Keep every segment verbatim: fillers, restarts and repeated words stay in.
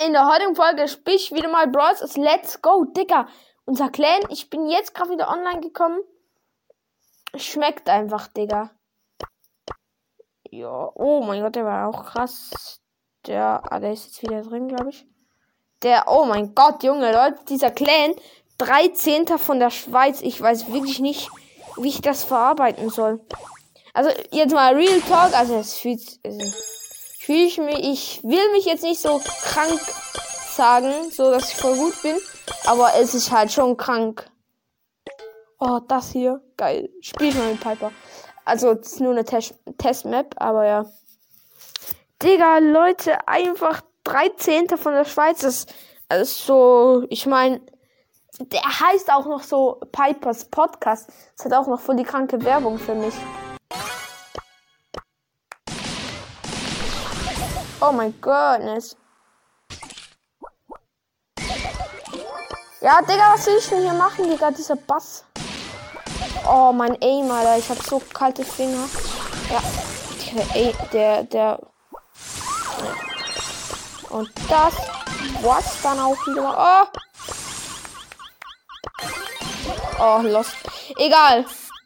In der heutigen Folge spiele ich wieder mal Brawl Stars. Let's go, Digga. Unser Clan, ich bin jetzt gerade wieder online gekommen. Schmeckt einfach, Digga. Ja, oh mein Gott, der war auch krass. Der, ah, der ist jetzt wieder drin, glaube ich. Der, oh mein Gott, Junge, Leute, dieser Clan, dreizehnter von der Schweiz. Ich weiß wirklich nicht, wie ich das verarbeiten soll. Also, jetzt mal Real Talk, also es fühlt, also, fühle ich mich, ich will mich jetzt nicht so krank sagen, so dass ich voll gut bin, aber es ist halt schon krank. Oh, das hier, geil. Spiel ich mal mit Piper. Also, es ist nur eine Test- Testmap, aber ja. Digga, Leute, einfach dreizehnter von der Schweiz. Das ist so, ich meine, der heißt auch noch so Pipers Podcast. Das hat auch noch voll die kranke Werbung für mich. Oh mein Goodness. Ja, Digga, was will ich denn hier machen, Digga, dieser Bass? Oh, mein Aim, Alter, ich hab so kalte Finger. Ja, der, der, der. Und das, was dann auch wieder mal. Oh! Oh, lost. Egal.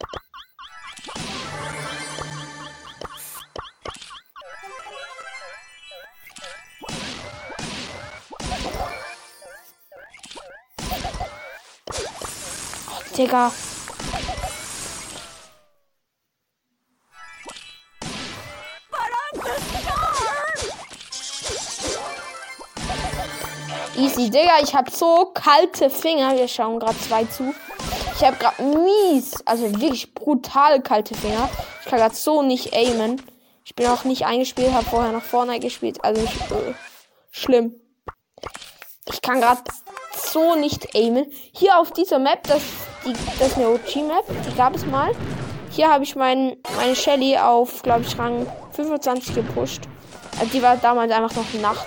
Oh, Digga. Easy, Digga, ich habe so kalte Finger. Wir schauen gerade zwei zu. Ich habe gerade mies, also wirklich brutal kalte Finger. Ich kann gerade so nicht aimen. Ich bin auch nicht eingespielt, habe vorher nach vorne gespielt. Also ich, äh, schlimm. Ich kann gerade so nicht aimen. Hier auf dieser Map, das, die, das ist eine O G-Map, die gab es mal. Hier habe ich mein, meine Shelly auf, glaube ich, Rang fünfundzwanzig gepusht. Also die war damals einfach noch Nacht.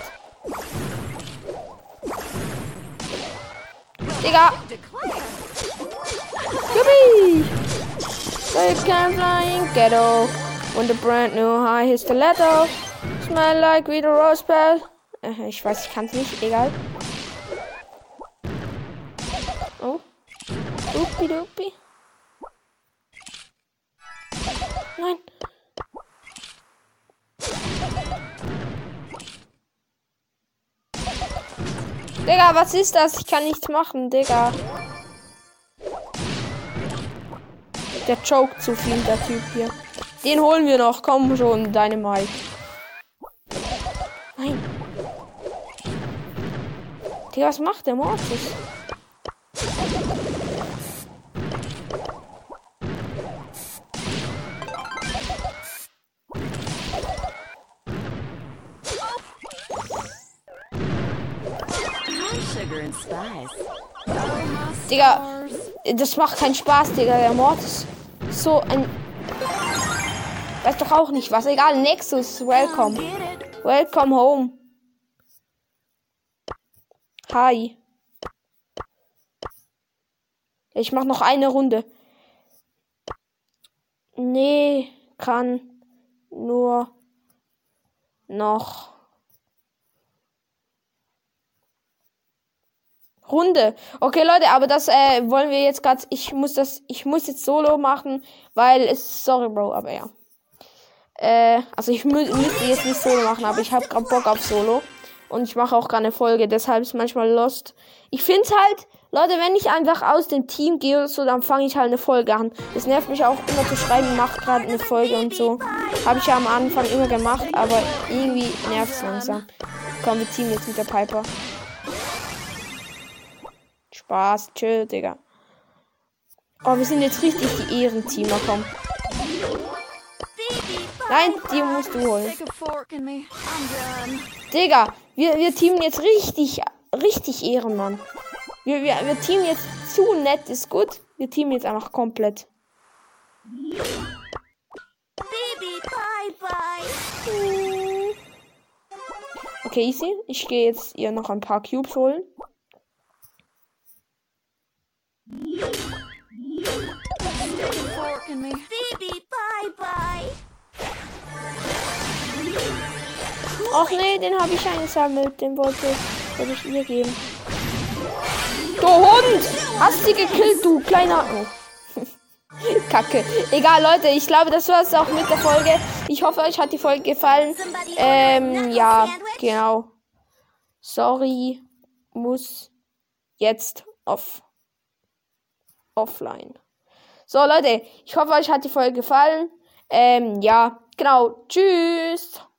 Digga! Yippie! They can fly in ghetto. When the brand new high hits the stiletto. Smell like wie the rose pal. Äh, ich weiß, ich kann es nicht. Egal. Oh. Upi dupi. Nein. Digga, was ist das? Ich kann nichts machen, Digga. Der choke zu viel, der Typ hier. Den holen wir noch. Komm schon, Dynamite. Nein. Digga, was macht der Mortis? Digga, das macht keinen Spaß, Digga. Der Mortis. So ein. Weiß doch auch nicht was. Egal, Nexus, welcome. Welcome home. Hi. Ich mach noch eine Runde. Nee, kann nur noch Runde. Okay, Leute, aber das äh, wollen wir jetzt gerade. Ich muss das, ich muss jetzt Solo machen, weil es, sorry, Bro, aber ja. Äh, also ich mü müsste jetzt nicht Solo machen, aber ich habe gerade Bock auf Solo und ich mache auch gerade eine Folge, deshalb ist manchmal lost. Ich finde halt, Leute, wenn ich einfach aus dem Team gehe oder so, dann fange ich halt eine Folge an. Es nervt mich auch immer zu schreiben, mach gerade eine Folge und so. Habe ich ja am Anfang immer gemacht, aber irgendwie nervt es langsam. Komm, wir teamen jetzt mit der Piper. Spaß, chill, Digga. Oh, wir sind jetzt richtig die Ehrenteamer, komm. Nein, die musst du holen. Digga, wir, wir teamen jetzt richtig, richtig Ehrenmann. Wir, wir, wir teamen jetzt zu nett, ist gut. Wir teamen jetzt einfach komplett. Baby, bye, bye. Okay, easy. Ich gehe jetzt ihr noch ein paar Cubes holen. Baby, bye, bye. Ach nee, den habe ich eingesammelt. Den wollte ich. Soll ich ihr geben? Du Hund! Hast sie gekillt, du kleiner... Oh. Kacke. Egal, Leute. Ich glaube, das war es auch mit der Folge. Ich hoffe, euch hat die Folge gefallen. Ähm, ja, genau. Sorry. Muss jetzt auf offline. So, Leute. Ich hoffe, euch hat die Folge gefallen. Ähm, ja, genau. Tschüss.